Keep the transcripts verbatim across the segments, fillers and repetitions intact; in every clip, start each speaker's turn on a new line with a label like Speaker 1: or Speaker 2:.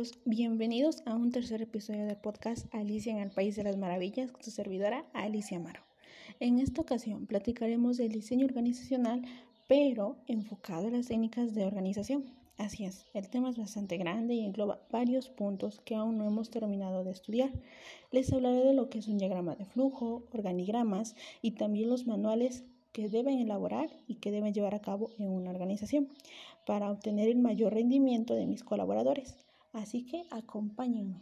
Speaker 1: chicos, bienvenidos a un tercer episodio del podcast Alicia en el País de las Maravillas con su servidora Alicia Amaro. En esta ocasión platicaremos del diseño organizacional, pero enfocado a las técnicas de organización. Así es, el tema es bastante grande y engloba varios puntos que aún no hemos terminado de estudiar. Les hablaré de lo que es un diagrama de flujo, organigramas y también los manuales que deben elaborar y que deben llevar a cabo en una organización para obtener el mayor rendimiento de mis colaboradores. Así que acompáñenme.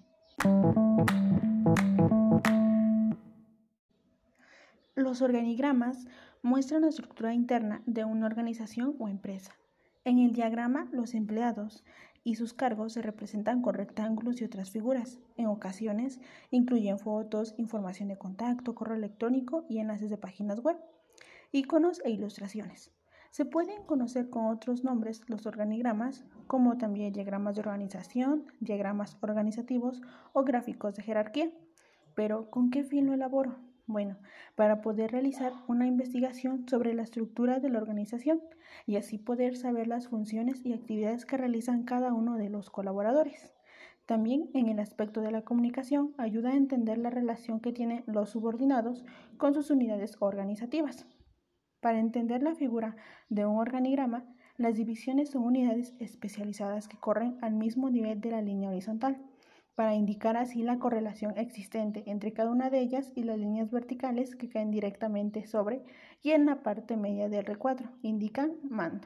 Speaker 1: Los organigramas muestran la estructura interna de una organización o empresa. En el diagrama, los empleados y sus cargos se representan con rectángulos y otras figuras. En ocasiones, incluyen fotos, información de contacto, correo electrónico y enlaces de páginas web, iconos e ilustraciones. Se pueden conocer con otros nombres los organigramas, como también diagramas de organización, diagramas organizativos o gráficos de jerarquía. Pero, ¿con qué fin lo elaboro? Bueno, para poder realizar una investigación sobre la estructura de la organización y así poder saber las funciones y actividades que realizan cada uno de los colaboradores. También en el aspecto de la comunicación ayuda a entender la relación que tienen los subordinados con sus unidades organizativas. Para entender la figura de un organigrama, las divisiones son unidades especializadas que corren al mismo nivel de la línea horizontal, para indicar así la correlación existente entre cada una de ellas y las líneas verticales que caen directamente sobre y en la parte media del recuadro indican mando.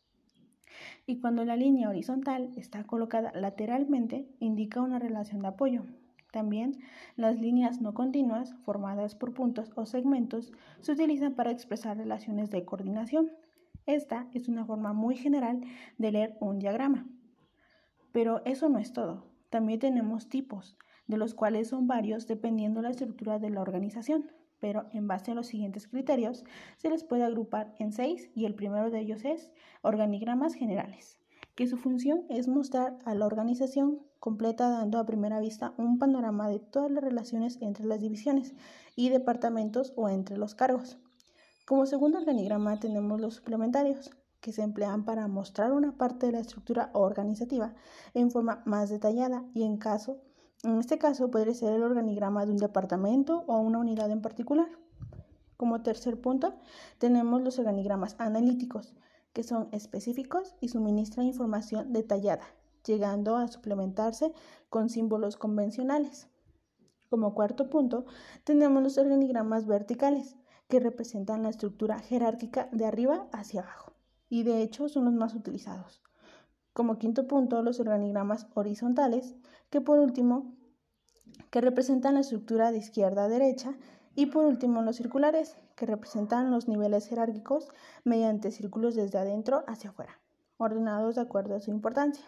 Speaker 1: Y cuando la línea horizontal está colocada lateralmente, indica una relación de apoyo. También, las líneas no continuas, formadas por puntos o segmentos, se utilizan para expresar relaciones de coordinación. Esta es una forma muy general de leer un diagrama. Pero eso no es todo. También tenemos tipos, de los cuales son varios dependiendo de la estructura de la organización. Pero en base a los siguientes criterios, se les puede agrupar en seis y el primero de ellos es organigramas generales, que su función es mostrar a la organización completa dando a primera vista un panorama de todas las relaciones entre las divisiones y departamentos o entre los cargos. Como segundo organigrama tenemos los suplementarios, que se emplean para mostrar una parte de la estructura organizativa en forma más detallada y en caso, en este caso podría ser el organigrama de un departamento o una unidad en particular. Como tercer punto tenemos los organigramas analíticos, que son específicos y suministran información detallada, llegando a suplementarse con símbolos convencionales. Como cuarto punto, tenemos los organigramas verticales, que representan la estructura jerárquica de arriba hacia abajo, y de hecho son los más utilizados. Como quinto punto, los organigramas horizontales, que por último, que representan la estructura de izquierda a derecha, y por último los circulares, que representan los niveles jerárquicos mediante círculos desde adentro hacia afuera, ordenados de acuerdo a su importancia.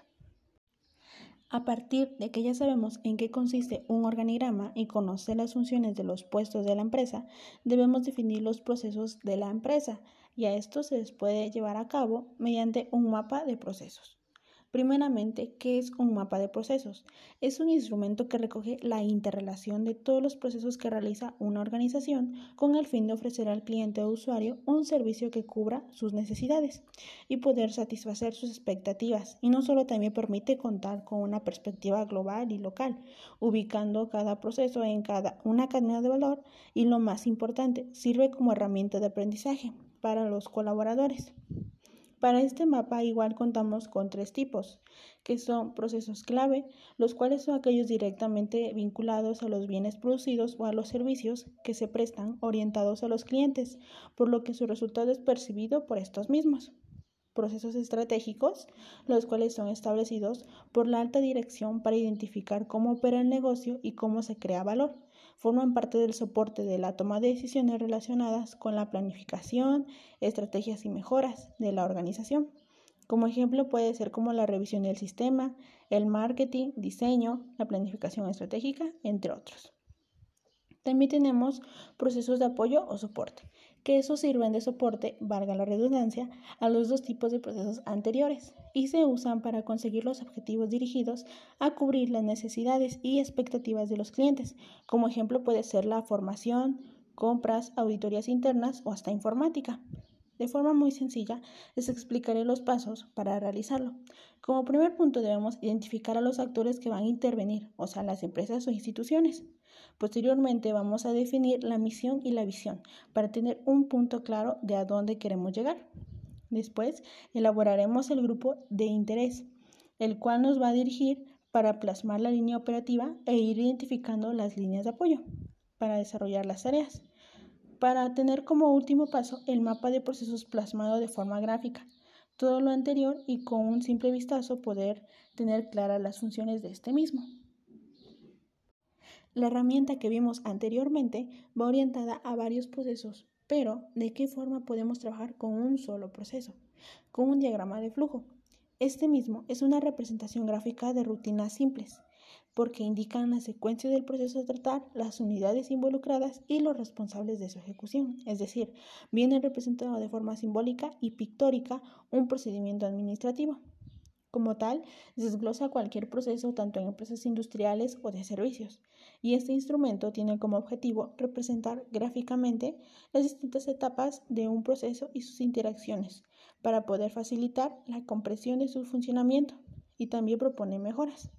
Speaker 1: A partir de que ya sabemos en qué consiste un organigrama y conocer las funciones de los puestos de la empresa, debemos definir los procesos de la empresa y a esto se les puede llevar a cabo mediante un mapa de procesos. Primeramente, ¿qué es un mapa de procesos? Es un instrumento que recoge la interrelación de todos los procesos que realiza una organización con el fin de ofrecer al cliente o usuario un servicio que cubra sus necesidades y poder satisfacer sus expectativas. Y no solo también permite contar con una perspectiva global y local, ubicando cada proceso en cada una cadena de valor y lo más importante, sirve como herramienta de aprendizaje para los colaboradores. Para este mapa igual contamos con tres tipos, que son procesos clave, los cuales son aquellos directamente vinculados a los bienes producidos o a los servicios que se prestan orientados a los clientes, por lo que su resultado es percibido por estos mismos. Procesos estratégicos, los cuales son establecidos por la alta dirección para identificar cómo opera el negocio y cómo se crea valor. Forman parte del soporte de la toma de decisiones relacionadas con la planificación, estrategias y mejoras de la organización. Como ejemplo puede ser como la revisión del sistema, el marketing, diseño, la planificación estratégica, entre otros. También tenemos procesos de apoyo o soporte, que esos sirven de soporte, valga la redundancia, a los dos tipos de procesos anteriores y se usan para conseguir los objetivos dirigidos a cubrir las necesidades y expectativas de los clientes. Como ejemplo puede ser la formación, compras, auditorías internas o hasta informática. De forma muy sencilla, les explicaré los pasos para realizarlo. Como primer punto debemos identificar a los actores que van a intervenir, o sea, las empresas o instituciones. Posteriormente vamos a definir la misión y la visión para tener un punto claro de a dónde queremos llegar. Después elaboraremos el grupo de interés, el cual nos va a dirigir para plasmar la línea operativa e ir identificando las líneas de apoyo para desarrollar las tareas. Para tener como último paso el mapa de procesos plasmado de forma gráfica. Todo lo anterior y con un simple vistazo poder tener claras las funciones de este mismo. La herramienta que vimos anteriormente va orientada a varios procesos, pero ¿de qué forma podemos trabajar con un solo proceso? Con un diagrama de flujo. Este mismo es una representación gráfica de rutinas simples, porque indican la secuencia del proceso a tratar, las unidades involucradas y los responsables de su ejecución. Es decir, viene representado de forma simbólica y pictórica un procedimiento administrativo. Como tal, desglosa cualquier proceso tanto en empresas industriales o de servicios, y este instrumento tiene como objetivo representar gráficamente las distintas etapas de un proceso y sus interacciones, para poder facilitar la comprensión de su funcionamiento, y también propone mejoras.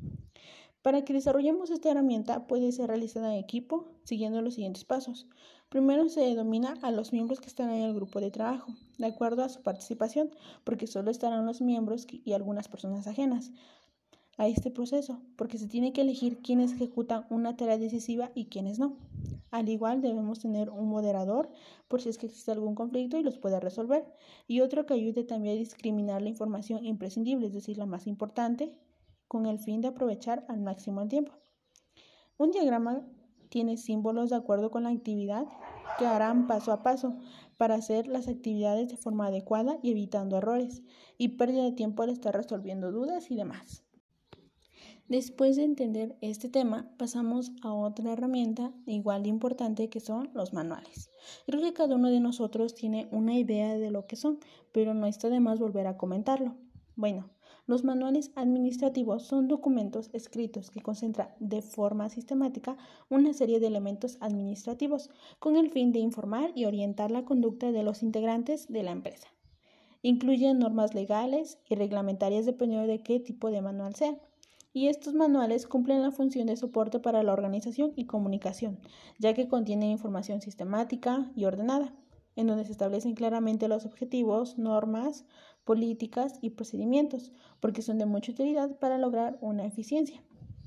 Speaker 1: Para que desarrollemos esta herramienta puede ser realizada en equipo siguiendo los siguientes pasos. Primero se denomina a los miembros que están en el grupo de trabajo, de acuerdo a su participación, porque solo estarán los miembros y algunas personas ajenas a este proceso, porque se tiene que elegir quiénes ejecutan una tarea decisiva y quiénes no. Al igual debemos tener un moderador por si es que existe algún conflicto y los pueda resolver, y otro que ayude también a discriminar la información imprescindible, es decir, la más importante, con el fin de aprovechar al máximo el tiempo. Un diagrama tiene símbolos de acuerdo con la actividad que harán paso a paso para hacer las actividades de forma adecuada y evitando errores y pérdida de tiempo al estar resolviendo dudas y demás. Después de entender este tema, pasamos a otra herramienta igual de importante que son los manuales. Creo que cada uno de nosotros tiene una idea de lo que son, pero no está de más volver a comentarlo. Bueno, los manuales administrativos son documentos escritos que concentran de forma sistemática una serie de elementos administrativos con el fin de informar y orientar la conducta de los integrantes de la empresa. Incluyen normas legales y reglamentarias dependiendo de qué tipo de manual sea. Y estos manuales cumplen la función de soporte para la organización y comunicación, ya que contienen información sistemática y ordenada, en donde se establecen claramente los objetivos, normas, políticas y procedimientos, porque son de mucha utilidad para lograr una eficiencia.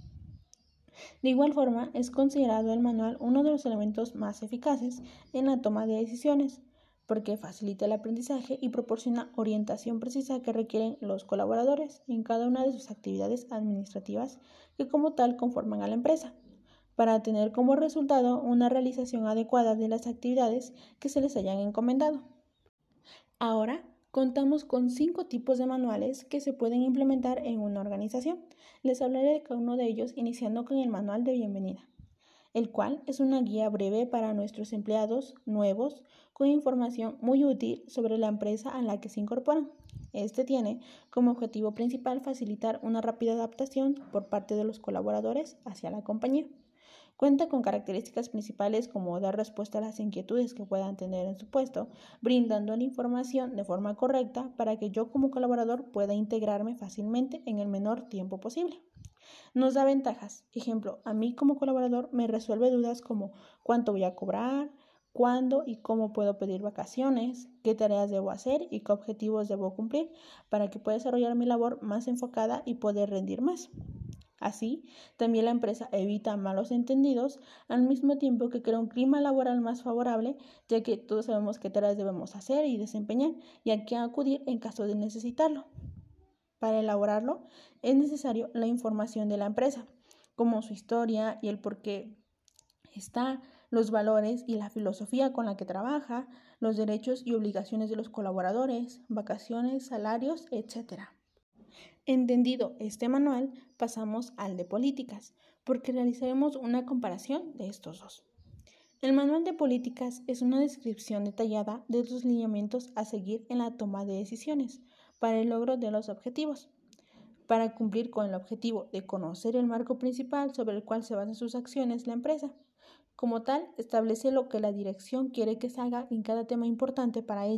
Speaker 1: De igual forma, es considerado el manual uno de los elementos más eficaces en la toma de decisiones, porque facilita el aprendizaje y proporciona orientación precisa que requieren los colaboradores en cada una de sus actividades administrativas que como tal conforman a la empresa, para tener como resultado una realización adecuada de las actividades que se les hayan encomendado. Ahora, contamos con cinco tipos de manuales que se pueden implementar en una organización. Les hablaré de cada uno de ellos iniciando con el manual de bienvenida, el cual es una guía breve para nuestros empleados nuevos con información muy útil sobre la empresa a la que se incorporan. Este tiene como objetivo principal facilitar una rápida adaptación por parte de los colaboradores hacia la compañía. Cuenta con características principales como dar respuesta a las inquietudes que puedan tener en su puesto, brindando la información de forma correcta para que yo como colaborador pueda integrarme fácilmente en el menor tiempo posible. Nos da ventajas. Ejemplo, a mí como colaborador me resuelve dudas como cuánto voy a cobrar, cuándo y cómo puedo pedir vacaciones, qué tareas debo hacer y qué objetivos debo cumplir para que pueda desarrollar mi labor más enfocada y poder rendir más. Así, también la empresa evita malos entendidos al mismo tiempo que crea un clima laboral más favorable, ya que todos sabemos qué tareas debemos hacer y desempeñar y a qué acudir en caso de necesitarlo. Para elaborarlo es necesario la información de la empresa, como su historia y el por qué está, los valores y la filosofía con la que trabaja, los derechos y obligaciones de los colaboradores, vacaciones, salarios, etcétera. Entendido este manual, pasamos al de políticas, porque realizaremos una comparación de estos dos. El manual de políticas es una descripción detallada de los lineamientos a seguir en la toma de decisiones para el logro de los objetivos. Para cumplir con el objetivo de conocer el marco principal sobre el cual se basan sus acciones la empresa. Como tal, establece lo que la dirección quiere que se haga en cada tema importante para ella,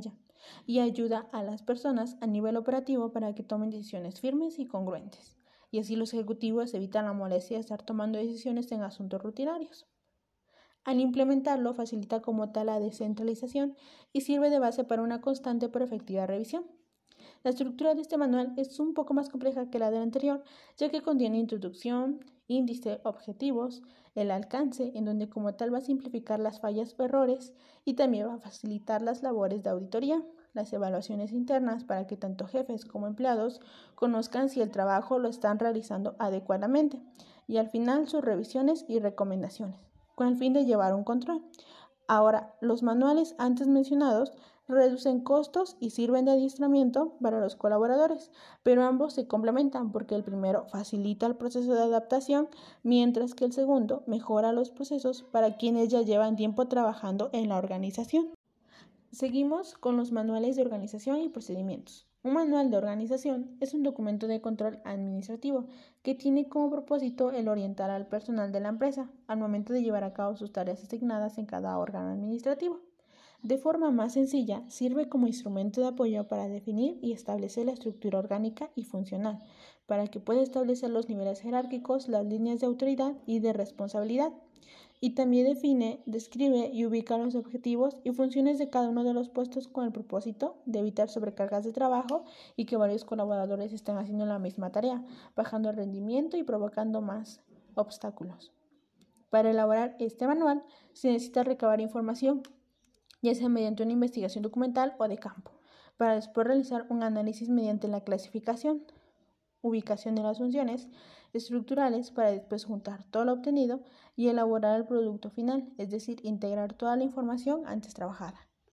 Speaker 1: y ayuda a las personas a nivel operativo para que tomen decisiones firmes y congruentes. Y así los ejecutivos evitan la molestia de estar tomando decisiones en asuntos rutinarios. Al implementarlo, facilita como tal la descentralización y sirve de base para una constante pero efectiva revisión. La estructura de este manual es un poco más compleja que la del anterior, ya que contiene introducción, índice, objetivos, el alcance, en donde como tal va a simplificar las fallas o errores y también va a facilitar las labores de auditoría, las evaluaciones internas para que tanto jefes como empleados conozcan si el trabajo lo están realizando adecuadamente y al final sus revisiones y recomendaciones, con el fin de llevar un control. Ahora, los manuales antes mencionados reducen costos y sirven de adiestramiento para los colaboradores, pero ambos se complementan porque el primero facilita el proceso de adaptación, mientras que el segundo mejora los procesos para quienes ya llevan tiempo trabajando en la organización. Seguimos con los manuales de organización y procedimientos. Un manual de organización es un documento de control administrativo que tiene como propósito el orientar al personal de la empresa al momento de llevar a cabo sus tareas asignadas en cada órgano administrativo. De forma más sencilla, sirve como instrumento de apoyo para definir y establecer la estructura orgánica y funcional, para que pueda establecer los niveles jerárquicos, las líneas de autoridad y de responsabilidad. Y también define, describe y ubica los objetivos y funciones de cada uno de los puestos con el propósito de evitar sobrecargas de trabajo y que varios colaboradores estén haciendo la misma tarea, bajando el rendimiento y provocando más obstáculos. Para elaborar este manual se necesita recabar información, ya sea mediante una investigación documental o de campo, para después realizar un análisis mediante la clasificación, ubicación de las funciones estructurales para después juntar todo lo obtenido y elaborar el producto final, es decir, integrar toda la información antes trabajada.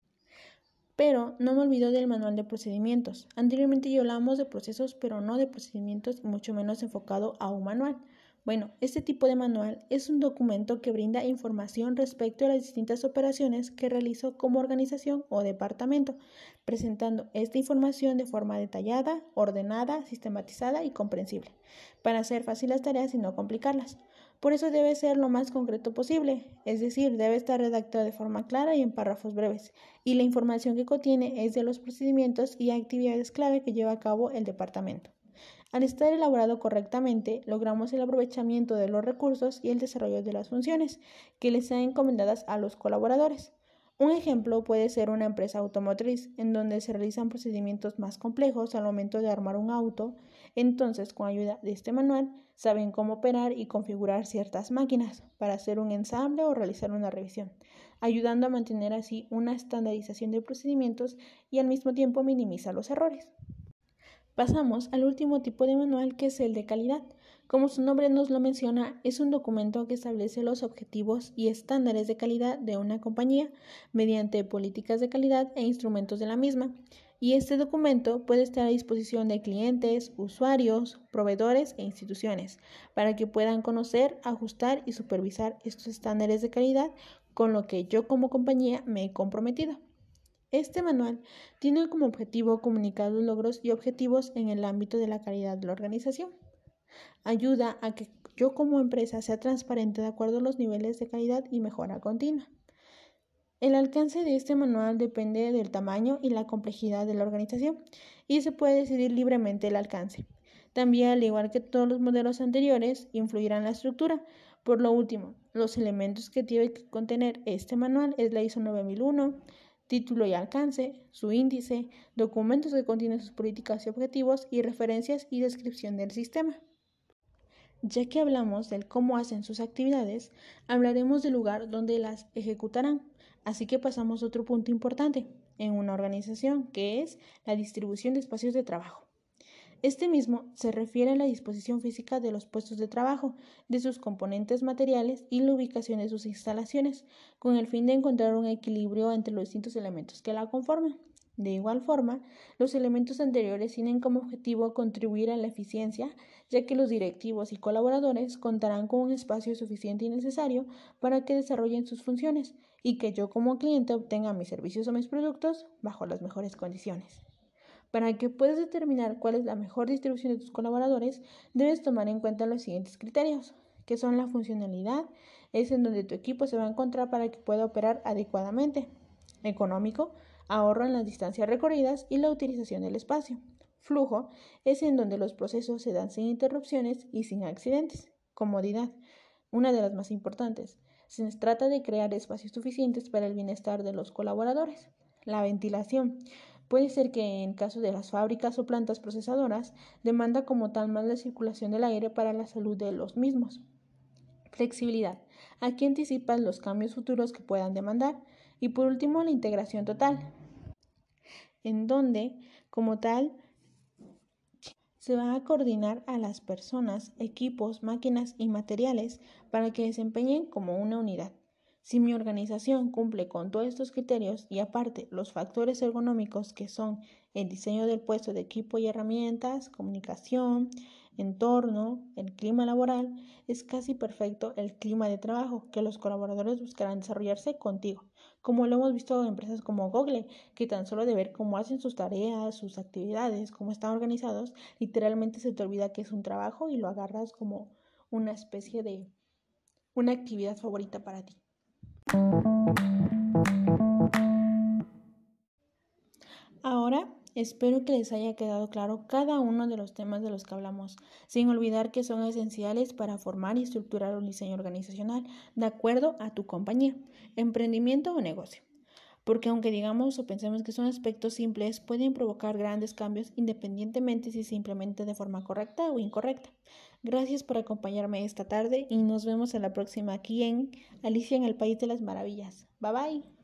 Speaker 1: Pero no me olvido del manual de procedimientos. Anteriormente ya hablábamos de procesos, pero no de procedimientos y mucho menos enfocado a un manual. Bueno, este tipo de manual es un documento que brinda información respecto a las distintas operaciones que realizo como organización o departamento, presentando esta información de forma detallada, ordenada, sistematizada y comprensible, para hacer fácil las tareas y no complicarlas. Por eso debe ser lo más concreto posible, es decir, debe estar redactado de forma clara y en párrafos breves, y la información que contiene es de los procedimientos y actividades clave que lleva a cabo el departamento. Al estar elaborado correctamente, logramos el aprovechamiento de los recursos y el desarrollo de las funciones que les sean encomendadas a los colaboradores. Un ejemplo puede ser una empresa automotriz, en donde se realizan procedimientos más complejos al momento de armar un auto. Entonces, con ayuda de este manual, saben cómo operar y configurar ciertas máquinas para hacer un ensamble o realizar una revisión, ayudando a mantener así una estandarización de procedimientos y al mismo tiempo minimizar los errores. Pasamos al último tipo de manual, que es el de calidad. Como su nombre nos lo menciona, es un documento que establece los objetivos y estándares de calidad de una compañía mediante políticas de calidad e instrumentos de la misma. Y este documento puede estar a disposición de clientes, usuarios, proveedores e instituciones para que puedan conocer, ajustar y supervisar estos estándares de calidad con lo que yo como compañía me he comprometido. Este manual tiene como objetivo comunicar los logros y objetivos en el ámbito de la calidad de la organización. Ayuda a que yo como empresa sea transparente de acuerdo a los niveles de calidad y mejora continua. El alcance de este manual depende del tamaño y la complejidad de la organización y se puede decidir libremente el alcance. También, al igual que todos los modelos anteriores, influirá en la estructura. Por lo último, los elementos que tiene que contener este manual es la I S O nueve mil uno, título y alcance, su índice, documentos que contienen sus políticas y objetivos y referencias y descripción del sistema. Ya que hablamos del cómo hacen sus actividades, hablaremos del lugar donde las ejecutarán. Así que pasamos a otro punto importante en una organización, que es la distribución de espacios de trabajo. Este mismo se refiere a la disposición física de los puestos de trabajo, de sus componentes materiales y la ubicación de sus instalaciones, con el fin de encontrar un equilibrio entre los distintos elementos que la conforman. De igual forma, los elementos anteriores tienen como objetivo contribuir a la eficiencia, ya que los directivos y colaboradores contarán con un espacio suficiente y necesario para que desarrollen sus funciones y que yo como cliente obtenga mis servicios o mis productos bajo las mejores condiciones. Para que puedas determinar cuál es la mejor distribución de tus colaboradores, debes tomar en cuenta los siguientes criterios, que son la funcionalidad, es en donde tu equipo se va a encontrar para que pueda operar adecuadamente, económico, ahorro en las distancias recorridas y la utilización del espacio. Flujo es en donde los procesos se dan sin interrupciones y sin accidentes. Comodidad, una de las más importantes. Se trata de crear espacios suficientes para el bienestar de los colaboradores. La ventilación. Puede ser que en caso de las fábricas o plantas procesadoras, demanda como tal más la circulación del aire para la salud de los mismos. Flexibilidad. Aquí anticipas los cambios futuros que puedan demandar. Y por último, la integración total, en donde, como tal, se va a coordinar a las personas, equipos, máquinas y materiales para que desempeñen como una unidad. Si mi organización cumple con todos estos criterios y aparte los factores ergonómicos que son el diseño del puesto de equipo y herramientas, comunicación, entorno, el clima laboral, es casi perfecto el clima de trabajo que los colaboradores buscarán desarrollarse contigo, como lo hemos visto en empresas como Google, que tan solo de ver cómo hacen sus tareas, sus actividades, cómo están organizados, literalmente se te olvida que es un trabajo y lo agarras como una especie de una actividad favorita para ti. Ahora, espero que les haya quedado claro cada uno de los temas de los que hablamos, sin olvidar que son esenciales para formar y estructurar un diseño organizacional de acuerdo a tu compañía, emprendimiento o negocio. Porque aunque digamos o pensemos que son aspectos simples, pueden provocar grandes cambios independientemente si se implementa de forma correcta o incorrecta. Gracias por acompañarme esta tarde y nos vemos en la próxima aquí en Alicia en el País de las Maravillas. Bye bye.